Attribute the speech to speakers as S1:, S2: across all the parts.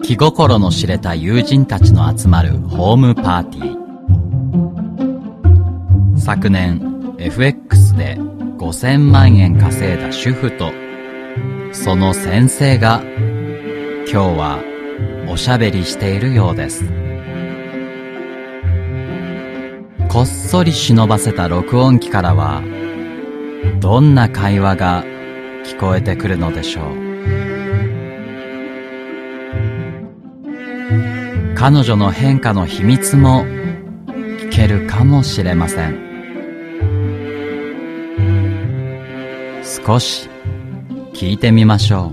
S1: 気心の知れた友人たちの集まるホームパーティー。昨年 FX で5000万円稼いだ主婦とその先生が今日はおしゃべりしているようです。こっそり忍ばせた録音機からはどんな会話が聞こえてくるのでしょう。彼女の変化の秘密も聞けるかもしれません。少し聞いてみましょう。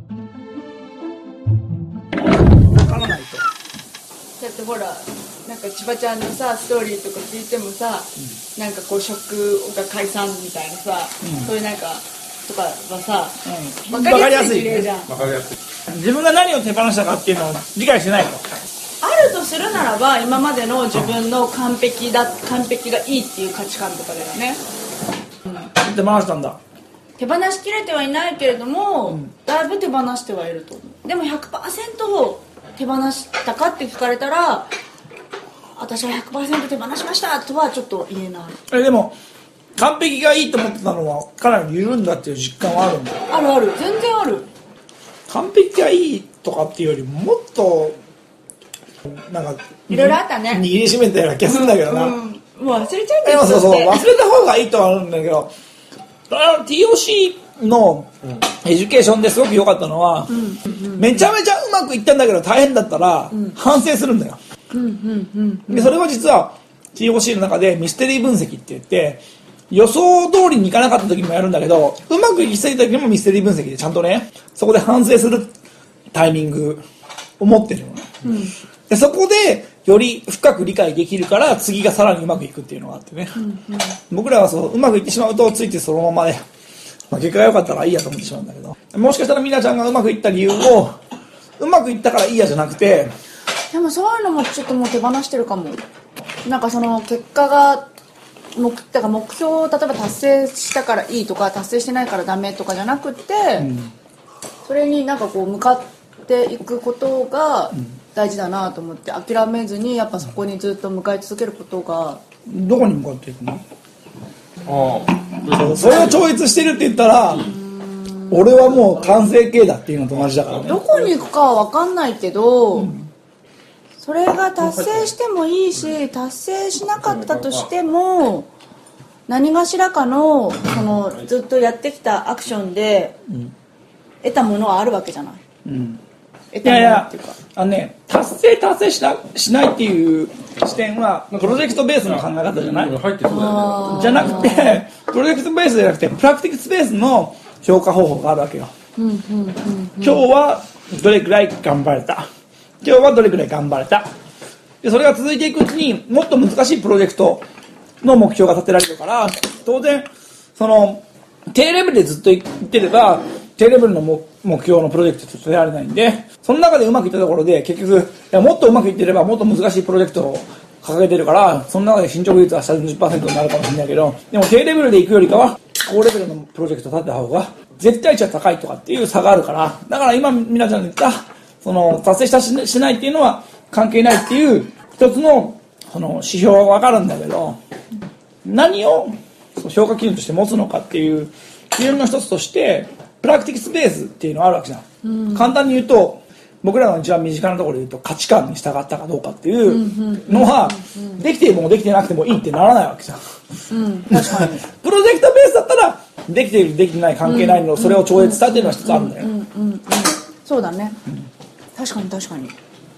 S2: 分からないと。
S3: だってほらなんか千葉ちゃんのさストーリーとか聞いてもさ、なんかこう職が解散みたいなさ、そういうなんかとかはさ、分かりやすい事例じゃん。
S2: 分かりやすい。自分が何を手放したかっていうのを理解してないと。
S3: あるとするならば今までの自分の完璧がいいっていう価値観とかだよね。
S2: 手放したんだ。
S3: 手放しきれてはいないけれども、だいぶ手放してはいると思う。でも 100% 手放したかって聞かれたら私は 100% 手放しましたとはちょっと言えない。
S2: でも完璧がいいと思ってたのはかなり緩んだっていう実感はあるんだよ。
S3: あるある、全然ある。
S2: 完璧がいいとかっていうよりもっとなんか
S3: いろいろあったね。
S2: 握りしめたような気がするんだけどな、
S3: もう忘れちゃうんだよ。
S2: そう忘れた方がいいとはあるんだけど、TOC のエデュケーションですごく良かったのは、めちゃめちゃうまくいったんだけど大変だったら反省するんだよ。でそれは実は TOC の中でミステリー分析って言って予想通りにいかなかった時にもやるんだけど、うまくいきすぎた時にもミステリー分析でちゃんとねそこで反省するタイミングを持ってるのね、でそこでより深く理解できるから次がさらにうまくいくっていうのがあってね、僕らはそううまくいってしまうとついてそのままで、結果が良かったらいいやと思ってしまうんだけど、もしかしたらみなちゃんがうまくいった理由をうまくいったからいいやじゃなくて、
S3: でもそういうのもちょっともう手放してるかも。なんかその結果がだから目標を例えば達成したからいいとか達成してないからダメとかじゃなくて、それになんかこう向かっていくことが大事だなと思って諦めずにやっぱそこにずっと向かい続けることが。
S2: どこに向かっていくの？それを超越してるって言ったら俺はもう完成形だっていうのと同じだからね。
S3: どこに行くかは分かんないけど、それが達成してもいいし達成しなかったとしても何がしらかのそのずっとやってきたアクションで得たものはあるわけじゃない。得たものっていうか、
S2: 達成しないっていう視点はプロジェクトベースの考え方じゃない？じゃなくてプロジェクトベースじゃなくてプラクティクスベースの評価方法があるわけよ。今日はどれくらい頑張れた、今日はどれくらい頑張れたで、それが続いていくうちにもっと難しいプロジェクトの目標が立てられるから、当然その低レベルでずっといってれば低レベルの目標のプロジェクトと立てられないんで、その中でうまくいったところで結局もっとうまくいってればもっと難しいプロジェクトを掲げてるから、その中で進捗率は 30% になるかもしれないけど、でも低レベルでいくよりかは高レベルのプロジェクトを立てた方が絶対値は高いとかっていう差があるから、だから今みなちゃんが言ったその達成したしないっていうのは関係ないっていう一つのその指標は分かるんだけど、何を評価基準として持つのかっていう基準の一つとしてプラクティクスベースっていうのがあるわけじゃん、簡単に言うと僕らの一番身近なところで言うと価値観に従ったかどうかっていうのはできてもできてなくてもいいってならないわけじゃん、確かにプロジェクトベースだったらできているできてない関係ないの、それを超越したっていうのは一つあるんだよ。
S3: そうだね、確かに確かに。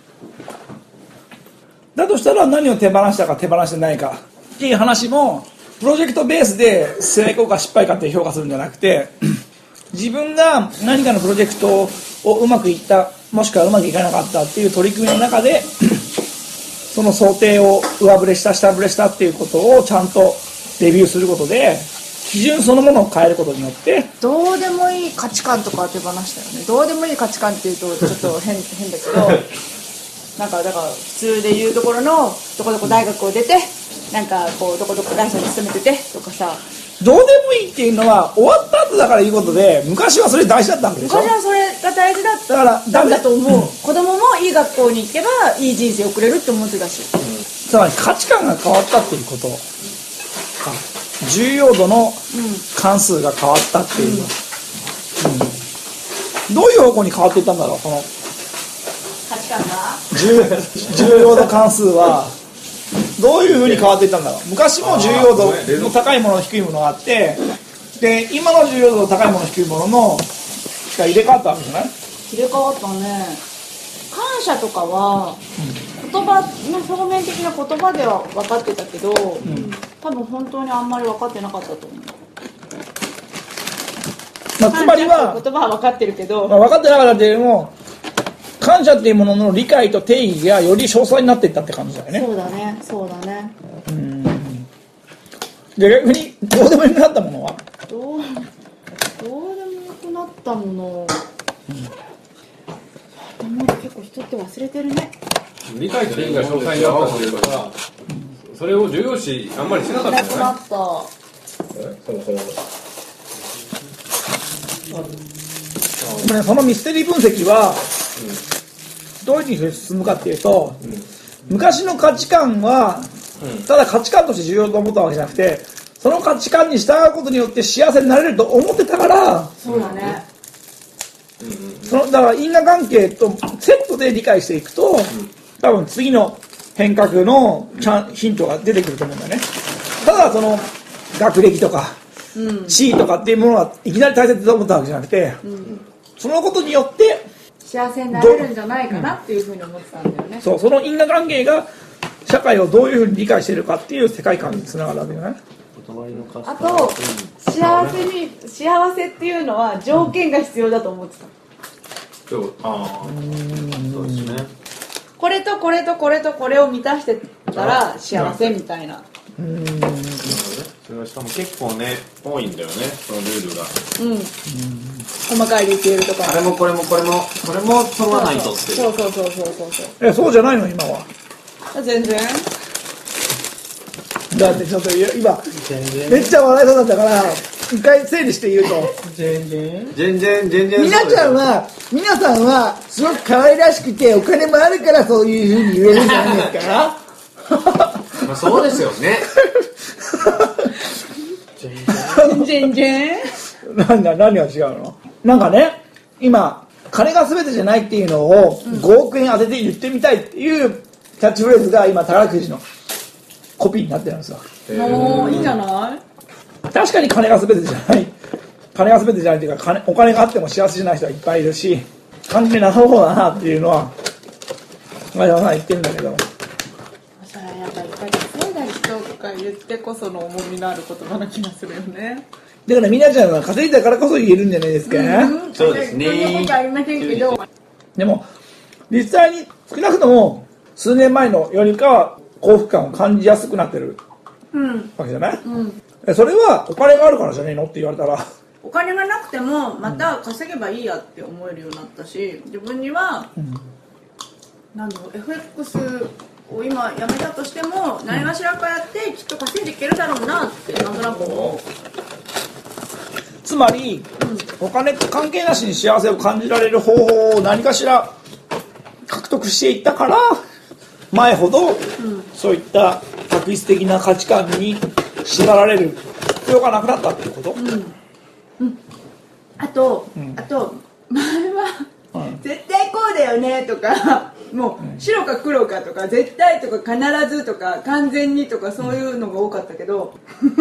S2: だとしたら何を手放したか手放してないかっていう話もプロジェクトベースで成功か失敗かって評価するんじゃなくて、自分が何かのプロジェクトをうまくいったもしくはうまくいかなかったっていう取り組みの中でその想定を上振れした下振れしたっていうことをちゃんとレビューすることで基準そのものを変えることによって
S3: どうでもいい価値観とかは手放したよね。どうでもいい価値観っていうとちょっと変だけどなんかだから普通で言うところのどこどこ大学を出てなんかこうどこどこ会社に勤めててとかさ、
S2: どうでもいいっていうのは終わった後だからいいことで、昔はそれ大事だったわけでしょ。
S3: 昔はそれが大事だったからだと思う、子供もいい学校に行けばいい人生を送れるって思ってたし、
S2: つまり価値観が変わったっていうことか、重要度の関数が変わったっていう、どういう方向に変わっていったんだろう、この
S3: 価値観が
S2: 重要度関数はどういうふうに変わっていったんだろう。昔も重要度の高いもの低いものがあって、で今の重要度の高いもの低いもののが入れ替わったわけじゃない。
S3: 入れ替わったね。感謝とかは言葉の表面的な言葉では分かってたけど、多分本当にあんまり分かってなかったと思う。
S2: つまりは
S3: 言葉は分かってるけど、
S2: 分かってなかったけれども、感謝っていうものの理解と定義がより詳細になっていったって感じだよね。
S3: そうだね、そうだね。
S2: で逆にどうでもよくなったものは
S3: どうでもよくなったもの、結構人って忘れてるね。
S4: 理解と定義が詳細になったということは、それを重要視あんまりしなかったんじゃない？
S3: なくなった。
S2: そのミステリー分析はどういうふうに進むかっていうと、昔の価値観はただ価値観として重要と思ったわけじゃなくて、その価値観に従うことによって幸せになれると思ってたから、
S3: そうだね。
S2: だから因果関係とセットで理解していくと、多分次の変革のヒントが出てくると思うんだよね。ただその学歴とか地位とかっていうものはいきなり大切だと思ったわけじゃなくて、そのことによって
S3: 幸せになれるんじゃないかなっていうふうに思ってたんだよね。
S2: その因果関係が社会をどういうふうに理解しているかっていう世界観につながるわけじゃない。
S3: あと幸せっていうのは条件が必要だと思ってた。
S4: そうですね。
S3: これとこれとこれとこれを満たしてたら幸せみたいな。
S4: それはしかも結構ね多いんだよね、そのルールが。
S3: 細かいディテールとか。
S4: あれもこれもこれもこれも取らないとって。
S3: そう。
S2: そうじゃないの今は。
S3: 全然。
S2: だってちょっと今めっちゃ笑いそうだったから一回整理して言うと、
S4: 全然
S2: 皆さんはすごく可愛らしくてお金もあるからそういうふうに言えるんじゃないですか。
S4: まあそうですよね。
S3: 全然。
S2: 何が違うの。なんかね、今金が全てじゃないっていうのを5億円当てて言ってみたいっていうキャッチフレーズが今宝くじのコピーになってるんですよ。
S3: いいんじゃない。
S2: 確かに金が全てじゃないっていうか、お金があっても幸せじゃない人はいっぱいいるし、関係なさそうだなっていうのは前田さん言ってるんだけど、
S3: それやっぱり稼いだ人とか言ってこその重みのある言葉な気がするよね。
S2: だからみなちゃんは稼いだからこそ言えるんじゃないですか。
S4: そうですね。
S3: そんなことありませんけど、
S2: でも実際に少なくとも数年前のよりかは幸福感を感じやすくなってるわけじゃない。それはお金があるからじゃねえのって言われたら、
S3: お金がなくてもまた稼げばいいやって思えるようになったし、自分には、FX を今やめたとしても何がしらかやってきっと稼いでいけるだろうなってなんとなく思う。
S2: つまり、お金関係なしに幸せを感じられる方法を何かしら獲得していったから、前ほど、そういった確率的な価値観に縛られる必要がなくなったっていうこと。
S3: あと前は、絶対こうだよねとか、もう白か黒かとか、絶対とか必ずとか完全にとかそういうのが多かったけど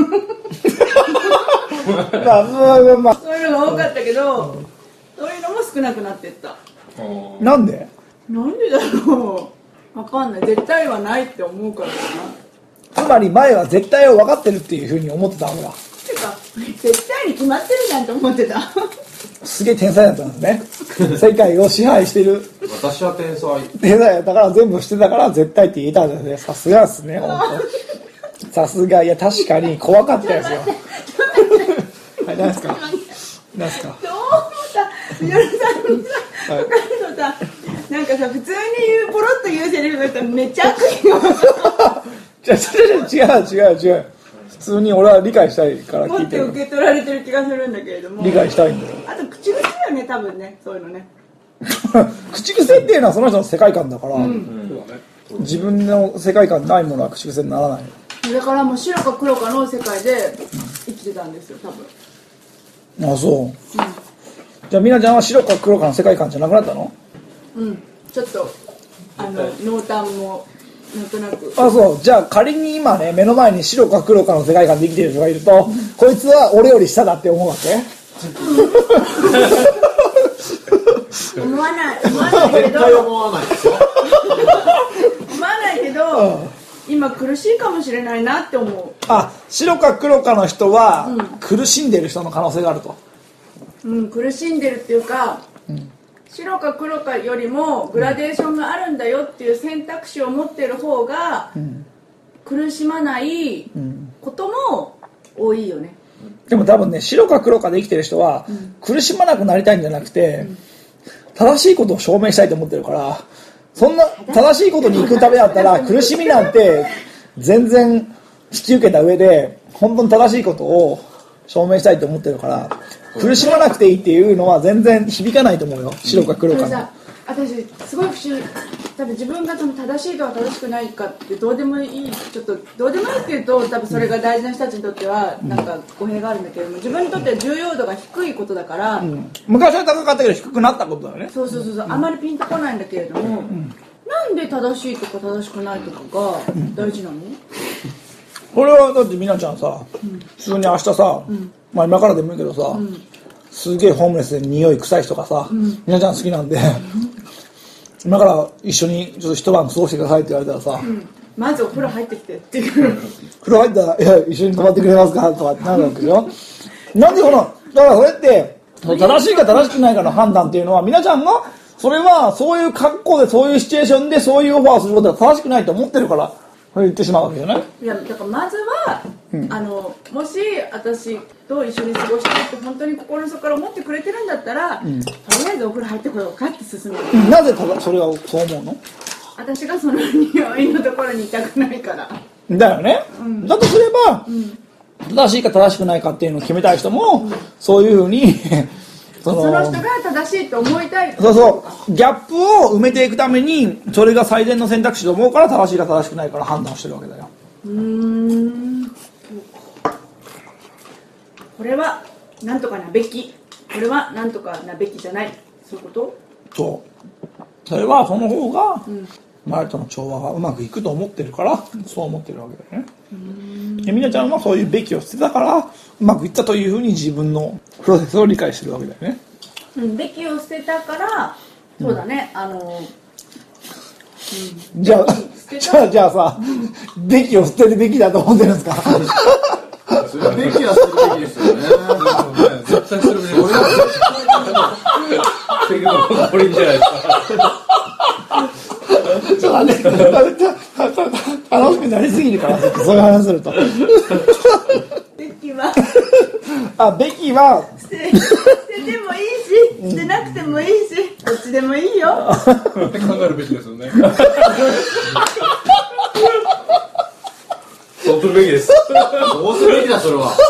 S3: そういうのが多かったけど、そういうのも少なくなっていった。
S2: なんで
S3: だろう、分かんない。絶対はないって思うからかな。
S2: つまり前は絶対を分かってるっていうふうに思ってたわけだ。
S3: てか絶対に決まってるじゃんと思ってた。
S2: すげえ天才だったんですね。世界を支配してる
S4: 私は天才
S2: だから全部してたから絶対って言えたんですね。さすがですね、本当。さすが。いや確かに怖かったですよ。はい、何ですか。
S3: どうもさ、みのりさんにさ、他のさ、なんかさ、普通にポロッと言うセリフだったらめっちゃ悪意が。
S2: 違う。普通に俺は理解したいから
S3: 持って
S2: 聞いてる。
S3: 受け取られてる気がするんだけれども、
S2: 理解したいんだよ。
S3: あと口癖だよね、多分ね、そういうのね。
S2: 口癖っていうのはその人の世界観だから、自分の世界観にないものは口癖にならない。
S3: だからもう白か黒かの世界で生きてたんですよ、多分。
S2: あ、そう。じゃあみなちゃんは白か黒かの世界観じゃなくなったの？
S3: ちょっと濃淡もなんとなく。
S2: あ、そう。じゃあ仮に今ね、目の前に白か黒かの世界観で生きてる人がいると、こいつは俺より下だって思うわけ？
S3: 思わないけど
S5: 思わないですよ。
S3: 思わないけど、今苦しいかもしれないなって思う。
S2: あ、白か黒かの人は苦しんでる人の可能性があると。
S3: 苦しんでるっていうか、白か黒かよりもグラデーションがあるんだよっていう選択肢を持ってる方が苦しまないことも多いよね。
S2: でも多分ね、白か黒かで生きてる人は苦しまなくなりたいんじゃなくて、正しいことを証明したいと思ってるから、そんな正しいことに行くためだったら苦しみなんて全然引き受けた上で本当に正しいことを証明したいと思ってるから、苦しまなくていいっていうのは全然響かないと思うよ、白か黒かの。
S3: 私すごい不思議、多分自分がその正しいとは正しくないかってどうでもいい、ちょっとどうでもいいっていうと多分それが大事な人たちにとってはなんか語弊があるんだけれども、自分にとっては重要度が低いことだから、
S2: 昔は高かったけど低くなったことだよね。
S3: そう、あまりピンとこないんだけれども、なんで正しいとか正しくないとかが大事なの？
S2: これはだってみなちゃんさ、普通に明日さ、まあ今からでもいいけどさ、すげえホームレスで匂い臭い人がさ、みなちゃん好きなんで、今から一緒にちょっと一晩過ごしてくださいって言われたらさ、
S3: まずお風呂入ってきてっていう。
S2: 風呂入ったら、いや、一緒に泊まってくれますかとかってなるわけでしょ。なんでだからそれって、正しいか正しくないかの判断っていうのは、みなちゃんが、それはそういう格好で、そういうシチュエーションで、そういうオファーをすることが正しくないと思ってるから、それ言ってしまうわけじゃない？
S3: いや、だからまずは、もし私と一緒に過ごしたいって本当に心の底から思ってくれてるんだったら、とりあえずお風呂入ってこようかって進む。
S2: なぜそれはそう思うの？
S3: 私がその匂いのところにいたくないから。
S2: だよね。だとすれば、正しいか正しくないかっていうのを決めたい人も、そういうふうに
S3: その人が正しいと思いたい。
S2: そうギャップを埋めていくためにそれが最善の選択肢と思うから正しいか正しくないから判断してるわけだよ。
S3: これはなんとかなべき、これはなんとかなべきじゃない、そういうこと？
S2: そうそれはその方が周りとの調和がうまくいくと思ってるからそう思ってるわけだよね。でみなちゃんはそういうべきを捨てたからうまくいったというふうに自分のプロセスを理解してるわけだよね。
S3: べきを捨てたからそうだね、
S2: じゃあさ、べきを捨てるべきだと思ってるんですか？
S5: べきはするべきですよね。
S4: 絶対するべき。責任を取りんじゃないですか。
S2: ちょっとね、楽しくなりすぎるからそういう話すると。
S3: べきは
S2: べきは
S3: 捨ててもいいし、捨てなくてもいいし、どっちでもいいよ。
S4: 考えるべきですよね。そうするべきです。
S5: そうするべきだ、それは。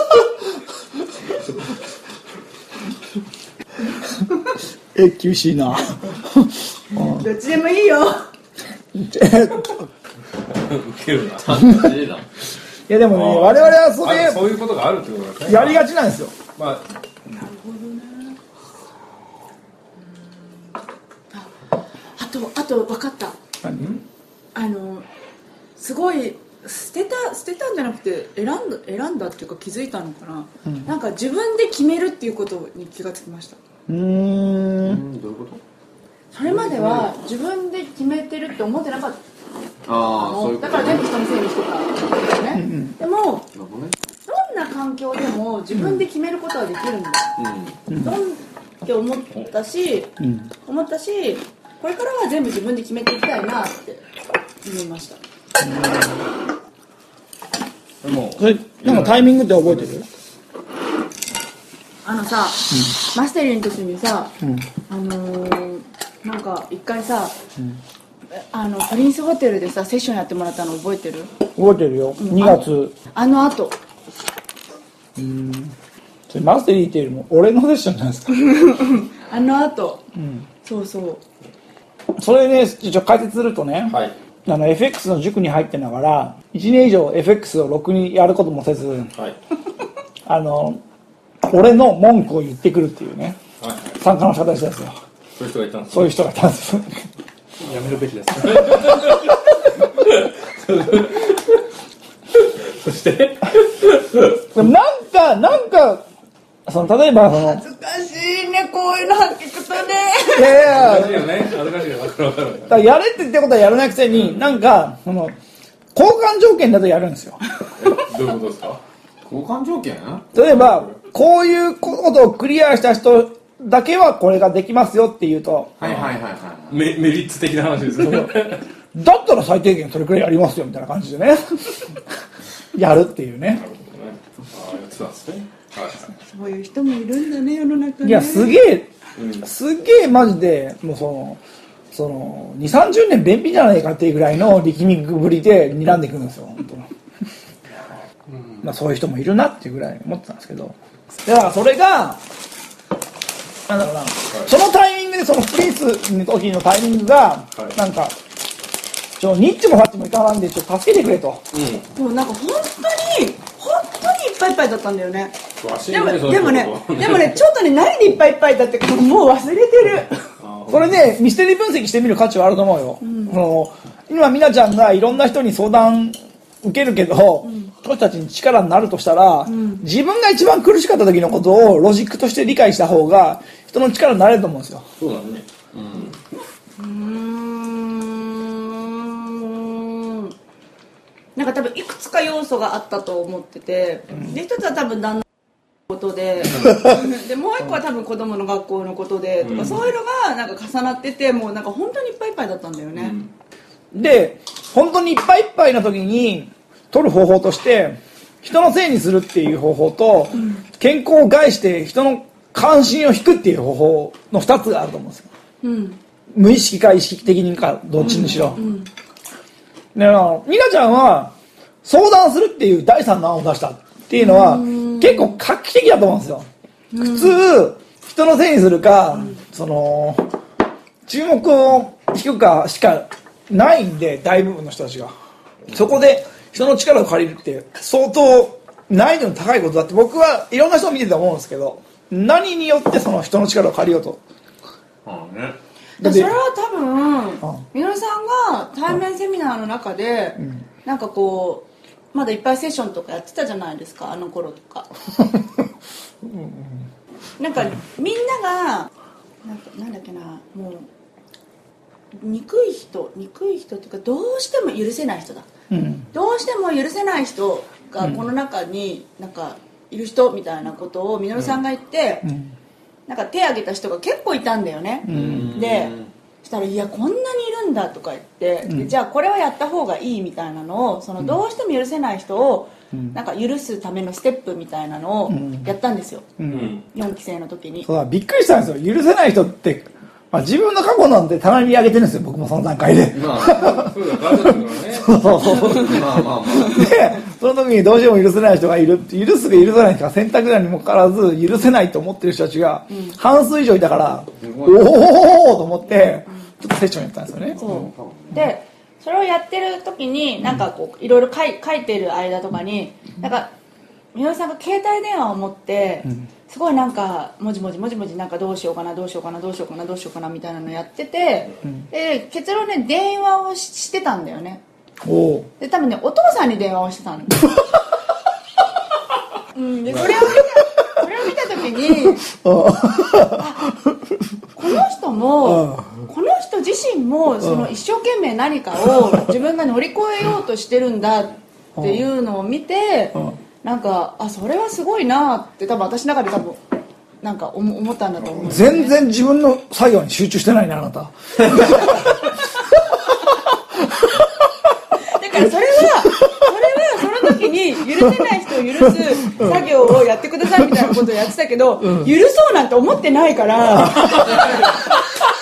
S2: 厳しいな。
S3: どっちでもいいよ。
S4: ウケるな。
S2: いやでもね、我々は
S4: そういうことがあるってことですね。
S2: やりがちなんですよ。
S4: まあ、
S3: なるほどね。あと分かった。すごい捨てたんじゃなくて選んだっていうか気づいたのかな、なんか自分で決めるっていうことに気がつきました。
S5: どういうこと？
S3: それまでは自分で決めてるって思ってなかった。
S5: そういうことね。
S3: だから全部人のせいにしてたんだよね。でもどんな環境でも自分で決めることはできるんだ、って思ったし、これからは全部自分で決めていきたいなって思いました。
S4: でも
S2: それなんかタイミングって覚えてる？
S3: マステリーの時にさ、なんか一回さ、プリンスホテルでさセッションやってもらったの覚えてる？
S2: 覚えてるよ。2月。
S3: あと
S2: それマステリーっていうよりも俺のセッションじゃないですか。
S3: あの後、そうそう。
S2: それね、一応解説するとね、
S4: はい。
S2: FX の塾に入ってながら、1年以上 FX をろくにやることもせず、
S4: はい。
S2: 俺の文句を言ってくるっていうね、
S4: はい。
S2: 参加の仕方したんですよ。
S4: そういう人がいたんです。
S2: そういう人がいたんですよ。
S6: やめるべきです。
S4: そして、
S2: でもなんか、例えば
S3: 恥ずかしいね、こういうの聞くとね。
S2: いやいや、
S4: 恥ずかしいよね。恥ずかしいよ。分かる。
S2: だからやれって言ったことはやらないくせに、なんか、交換条件だとやるんですよ。
S4: どういうことですか？
S5: 交換条件？
S2: 例えば、こういうことをクリアした人だけはこれができますよって言うと、
S5: はいはいはいはい。
S4: メリッツ的な話ですね。
S2: だったら最低限それくらいやりますよみたいな感じでね、やるっていうね。
S4: ああ、やってたんですね。
S3: そういう人もいるんだね、世の中ね。
S2: いや、すげえマジで、もう2、30年便秘じゃないかっていうぐらいの力みぶりで睨んでいくんですよ、本当に。まあそういう人もいるなっていうぐらい思ってたんですけど、だからそれが、なんだろうな、そのタイミングでそのプリンスの時のタイミングが、なんか、ニッチもサッチもいかなんで、ちょっと助けてくれと。
S3: もうなんか本当にいっぱいいっぱいだったんだよね。でもね、ちょっとね、何でいっぱいいっぱいだってもう忘れてる。
S2: それね、ミステリー分析してみる価値はあると思うよ。今、みなちゃんがいろんな人に相談受けるけど、人たちに力になるとしたら、自分が一番苦しかった時のことをロジックとして理解した方が、人の力になれると思うんですよ。
S4: そうだね。
S3: なんか多分いくつか要素があったと思ってて、で一つは多分旦那のことで、でもう一個は多分子供の学校のことでとか、そういうのがなんか重なってて、もうなんか本当にいっぱいいっぱいだったんだよね。
S2: で、本当にいっぱいいっぱいな時に取る方法として、人のせいにするっていう方法と、健康を害して人の関心を引くっていう方法の2つがあると思うんですよ。無意識か意識的にかどっちにしろ。みなちゃんは相談するっていう第三の案を出したっていうのは結構画期的だと思うんですよ。普通人のせいにするか、注目を引くかしかないんで、大部分の人たちがそこで人の力を借りるって相当難易度の高いことだって僕はいろんな人を見てて思うんですけど、何によってその人の力を借りようと。
S3: それは多分みのりさんが対面セミナーの中で、なんかこうまだいっぱいセッションとかやってたじゃないですか、あの頃とか。なんかみんながなんだっけな、もう憎い人っていうか、どうしても許せない人だ、どうしても許せない人がこの中になんかいる人みたいなことをみのりさんが言って、なんか手挙げた人が結構いたんだよね。でしたら、いやこんなにいるんだとか言って、でじゃあこれはやった方がいいみたいなのを、どうしても許せない人をなんか許すためのステップみたいなのをやったんですよ、4期生の時に。
S2: そうだ、びっくりしたんですよ。許せない人って、自分の過去なんて棚に上げてるんですよ、僕もその段階で。で、その時にどうしても許せない人がいるって、許すか許さないか選択なにもかかわらず許せないと思ってる人たちが半数以上いたから、おおと思ってちょっとセッションやったんですよね。
S3: そうでそれをやってる時になんかこういろいろ書いてる間とかに、なんかみのりさんが携帯電話を持って、すごいなんかもじもじなんかどうしようかなみたいなのやってて、で結論ね、電話をしてたんだよね。で多分ね、お父さんに電話をしてたんだよ。でそれを見た時にこの人もこの人自身もその一生懸命何かを自分が乗り越えようとしてるんだっていうのを見て、なんかそれはすごいなって多分私の中でなんか思ったんだと思う、ね。
S2: 全然自分の作業に集中してないね、あなた。
S3: だからそれはその時に許せない人を許す作業をやってくださいみたいなことをやってたけど、許そうなんて思ってないから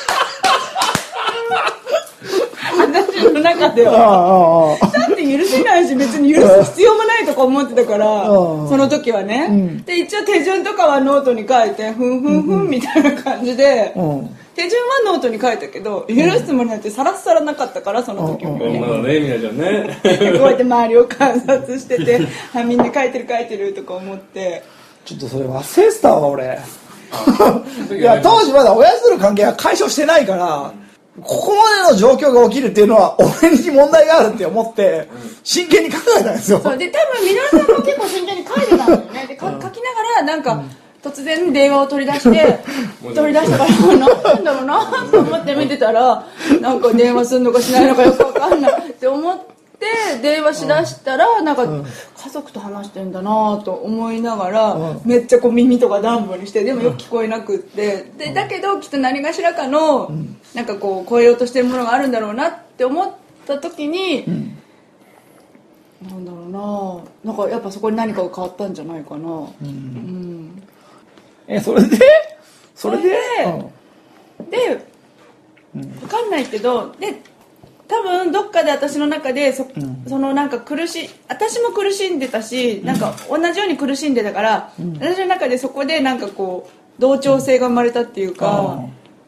S3: 私の中ではだって許せなないし別に許す必要もないとか思ってたから、その時はね、で一応手順とかはノートに書いてふんふんふんみたいな感じで、手順はノートに書いたけど許すつもりなんてさらさらなかったから、その時もね、
S4: こんなのねみなちゃんね
S3: こうやって周りを観察しててみんな書いてるとか思って、
S2: ちょっとそれ忘れてたわ俺いや当時まだ親父との関係は解消してないから、ここまでの状況が起きるっていうのは俺に問題があるって思って真剣に考えたんですよ。
S3: そうで多分みのりさんも結構真剣に書いてたんだよね。で書きながらなんか、突然電話を取り出してから何なんだろうなと思って見てたら、なんか電話するのかしないのかよく分かんないって思って電話しだしたら、なんか家族と話してんだなと思いながら、めっちゃこう耳とかダンボにして、でもよく聞こえなくって、でだけどきっと何かしらかのなんかこう超えようとしてるものがあるんだろうなって思った時に、なんだろうな、なんかやっぱそこに何かが変わったんじゃないかな。
S2: それで
S3: 分かんないけど、で多分どっかで私の中でそのなんか私も苦しんでたし、なんか同じように苦しんでたから、私の中でそこでなんかこう同調性が生まれたっていうか、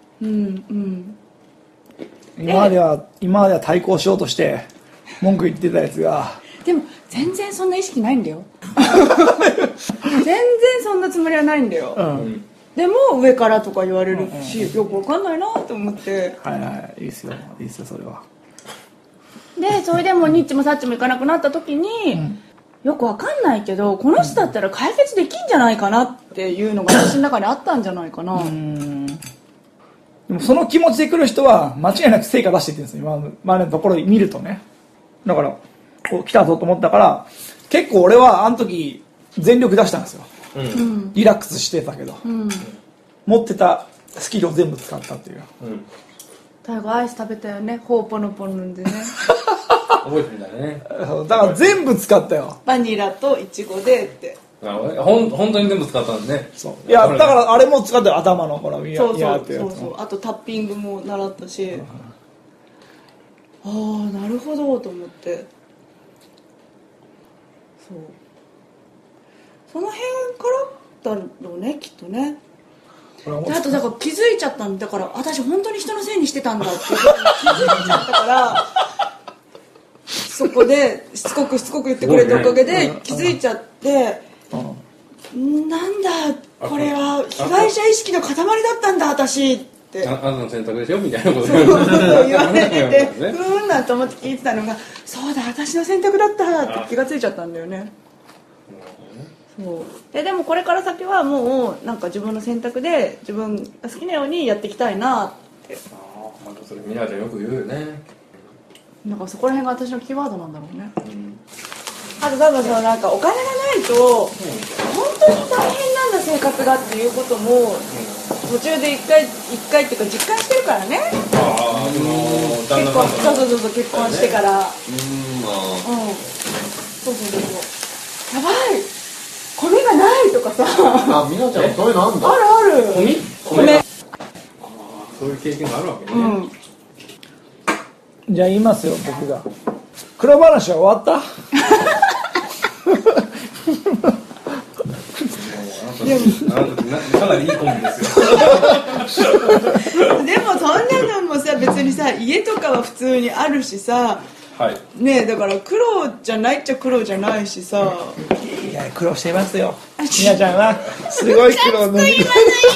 S2: 今までは対抗しようとして文句言ってたやつが、
S3: でも全然そんな意識ないんだよ全然そんなつもりはないんだよ、でも上からとか言われるし、よくわかんないなと思って、
S2: いいですよそれは。
S3: でそれでもニッチもサッチも行かなくなった時に、よくわかんないけどこの人だったら解決できんじゃないかなっていうのが私の中にあったんじゃないかな。
S2: でもその気持ちで来る人は間違いなく成果出していってるんですよ、今のところ見るとね。だからこう来たぞと思ったから、結構俺はあの時全力出したんですよ、リラックスしてたけど、持ってたスキルを全部使ったっていう。
S3: 最後アイス食べたよね、ホーポノポノでね
S4: 覚えてるんだね。
S2: だから全部使ったよ、
S3: バニラとイチゴでって。
S4: 本当に全部使ったんですね。
S2: そういやだからあれも使ったよ、頭のほら
S3: そうあとタッピングも習ったし、ああなるほどと思って、その辺からだろうねきっとね。であとだから気づいちゃったんだから、私本当に人のせいにしてたんだっていうことに気づいちゃったからそこでしつこく言ってくれたおかげで気づいちゃって、なんだこれは被害者意識の塊だったんだ私って、
S4: あなたの選択でしょみたいなこと
S3: 言われててふーんなんと思って聞いてたのが、そうだ私の選択だったって気がついちゃったんだよね。そうでもこれから先はもうなんか自分の選択で自分が好きなようにやっていきたいなって。
S4: それみなちゃんよく言うよね。
S3: なんかそこら辺が私のキーワードなんだろうね、あと多分そのなんかお金がないと本当に大変なんだ生活がっていうことも途中で一回っていうか実感してるからね。結婚そう結婚してから、そうやばい米がないとかさ。
S5: みなちゃんそういうのあんだ。
S3: ある米
S4: そういう経験があるわけね。
S2: じゃあ言いますよ僕が。黒話は終わった
S4: かなりいいコンビですよ
S3: でもそんなのもさ別にさ家とかは普通にあるしさ、ねえだから苦労じゃないっちゃ苦労じゃないしさ。
S2: いや苦労していますよみなちゃんは。すごい苦労の1ミリも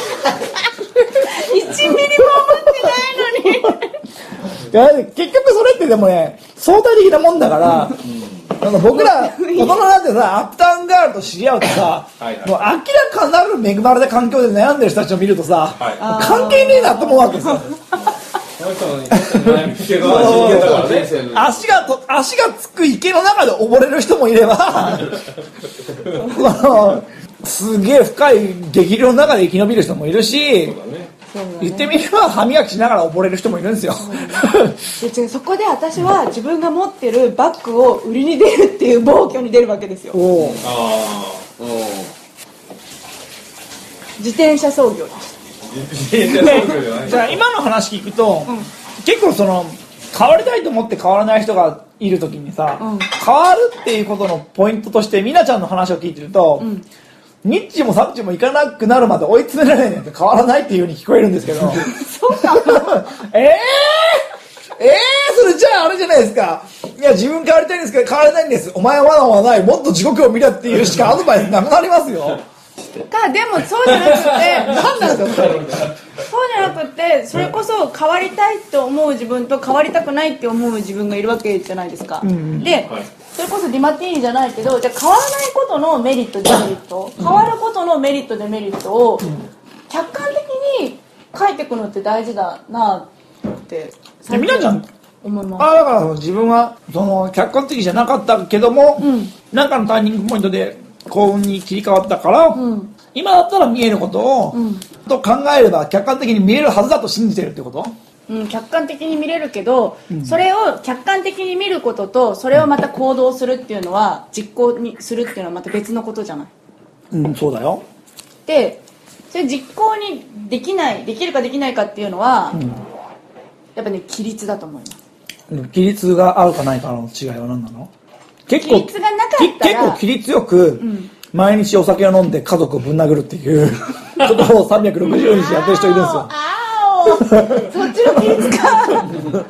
S3: 思ってないのに
S2: いや結局それってでもね相対的なもんだから、なんか僕ら大人なんてさアップタウンガールと知り合うとさ、もう明らかなる恵まれた環境で悩んでる人たちを見るとさ、関係ねえなと思うわけですよ。足がつく池の中で溺れる人もいればすげえ深い激流の中で生き延びる人もいるし、言ってみれば歯磨きしながら溺れる人もいるんですよ。
S3: そこで私は自分が持ってるバッグを売りに出るっていう暴挙に出るわけですよ。自転車操業です。
S2: じゃあ今の話聞くと、結構その変わりたいと思って変わらない人がいる時にさ、
S3: うん
S2: 変わるっていうことのポイントとしてみなちゃんの話を聞いてると、
S3: ん
S2: ニッチもサッチもいかなくなるまで追い詰められないなんて変わらないっていうように聞こえるんですけど
S3: そうか
S2: それじゃああれじゃないですか。いや自分変わりたいんですけど変われないんです。お前はまだまだない。もっと地獄を見ろっていうしかアドバイスなくなりますよ。
S3: かでもそうじゃなくて何なんですかそうじゃなくてそれこそ変わりたいと思う自分と変わりたくないって思う自分がいるわけじゃないですか、でそれこそディマティーニじゃないけどじゃあ変わらないことのメリットデメリット変わることのメリットデメリットを客観的に書いていくのって大事だなって
S2: みなちゃん
S3: 思います。
S2: だから自分はその客観的じゃなかったけども、何かのターニングポイントで幸運に切り替わったから、今だったら見えることを、と考えれば客観的に見えるはずだと信じてるってこと？
S3: 客観的に見れるけど、それを客観的に見ることとそれをまた行動するっていうのは実行にするっていうのはまた別のことじゃない。
S2: そうだよ。
S3: でそれ実行にできるかできないかっていうのは、やっぱね規律だと思います。
S2: 規律があるかないかの違いは何なの？結構
S3: 規律がなかったら
S2: 結構規律よく、毎日お酒を飲んで家族をぶん殴るっていうことを360日やってる人いるんですよ。
S3: そっちの規律か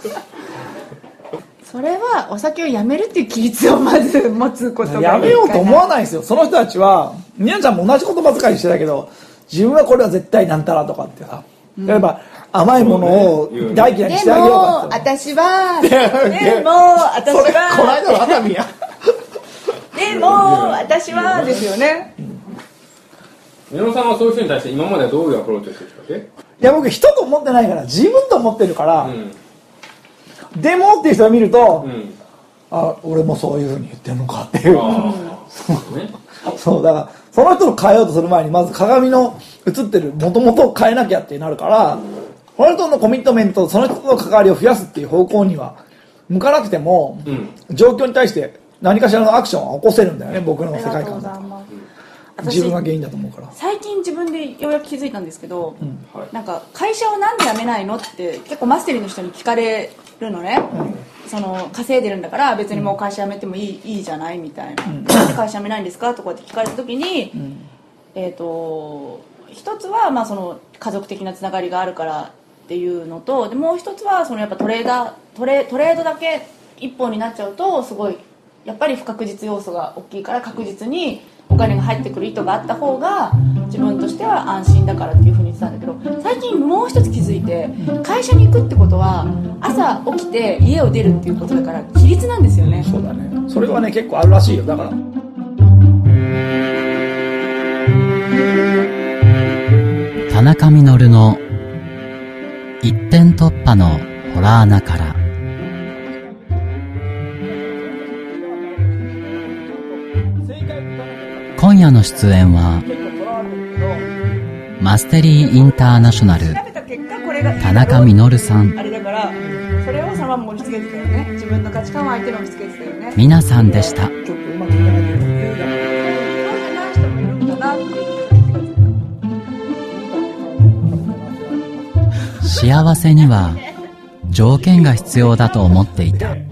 S3: それはお酒をやめるっていう規律をまず持つことがいいかな。
S2: やめようと思わないですよ。その人たちはみなちゃんも同じ言葉遣いしてたけど自分はこれは絶対なんたらとかってさ、例えば甘いものを大嫌いにしてあげようかって。
S3: 私は
S2: それこの間の熱海や
S3: でも私はですよね。
S4: 宮野さんはそういう人に対して今まではどういうアプローチをしてきたっけ？
S2: いや僕人と思ってないから自分と思ってるから、でもっていう人が見ると、俺もそういうふうに言ってるのかっていうそうだからその人と変えようとする前にまず鏡の映ってる元々を変えなきゃってなるから、この人のコミットメントその人の関わりを増やすっていう方向には向かなくても、状況に対して何かしらのアクションは起こせるんだよね。僕の世界観だと自分が原因だと思うから。
S3: 最近自分でようやく気づいたんですけど、なんか会社をなんで辞めないのって結構マステリーの人に聞かれるのね、その稼いでるんだから別にもう会社辞めてもいいじゃないみたいな、なんで会社辞めないんですかとかって聞かれた時に、一つはまあその家族的なつながりがあるからっていうのと、でもう一つはそのやっぱトレードだけ一本になっちゃうとすごいやっぱり不確実要素が大きいから、確実にお金が入ってくる意図があった方が自分としては安心だからっていうふうに言ってたんだけど、最近もう一つ気づいて、会社に行くってことは朝起きて家を出るっていうことだから規律なんですよね。
S2: そうだね。それはね結構あるらしいよ。だから
S1: 田中実の一点突破のホラー穴から。今夜の出演はマステリーインターナショナル田中実さん、
S3: あれだからそれをそのまま押し付けてたよね。自分の価値観を相手に押し付けてたよね。
S1: 皆さんでした。
S2: ちょっとうまくいかないけど
S3: そうじゃない人もいるんだなっていう。
S1: 幸せには条件が必要だと思っていた。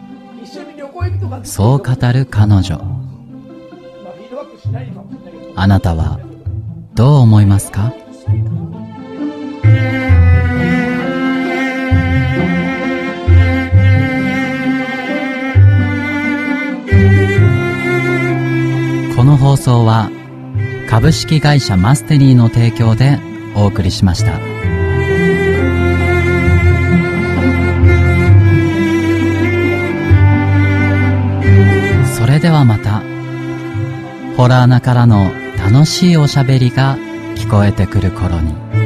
S1: そう語る彼女。あなたはどう思いますか？この放送は株式会社マステリーの提供でお送りしました。それではまた、ホラー穴からの楽しいおしゃべりが聞こえてくる頃に。